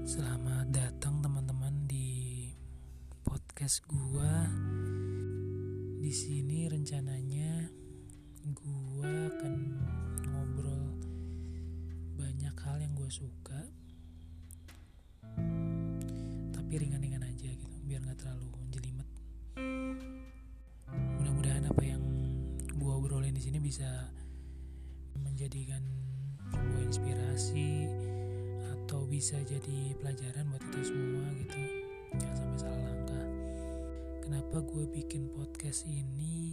Selamat datang teman-teman di podcast gua. Di sini rencananya gua akan ngobrol banyak hal yang gua suka, tapi ringan-ringan aja gitu, biar nggak terlalu jelimet. Mudah-mudahan apa yang gua obrolin di sini bisa menjadikan sebuah inspirasi atau bisa jadi pelajaran buat kita semua gitu. Jangan sampai salah langkah. Kenapa gue bikin podcast ini?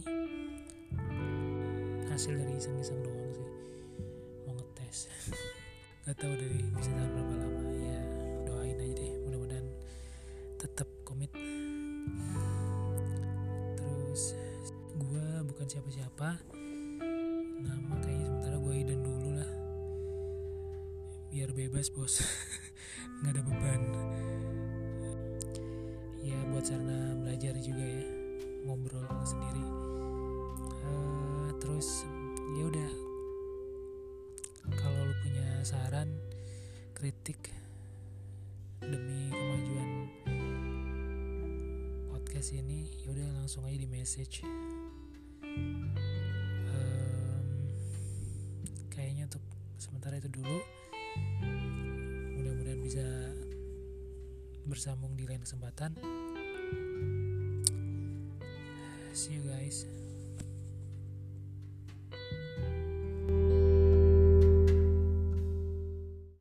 Hasil dari iseng-iseng doang sih, mau ngetes. Gak tahu dari bisa tahan berapa lama. Ya doain aja deh, mudah-mudahan tetap komit. Terus gue bukan siapa-siapa. Nama kayaknya sementara gue Idan dulu lah, biar bebas bos. Nggak ada beban ya, buat sarana belajar juga ya, ngobrol sendiri. Terus ya udah, kalau lu punya saran, kritik demi kemajuan podcast ini, ya udah langsung aja di message. Kayaknya untuk sementara itu dulu. Mudah-mudahan bisa bersambung di lain kesempatan. See you guys.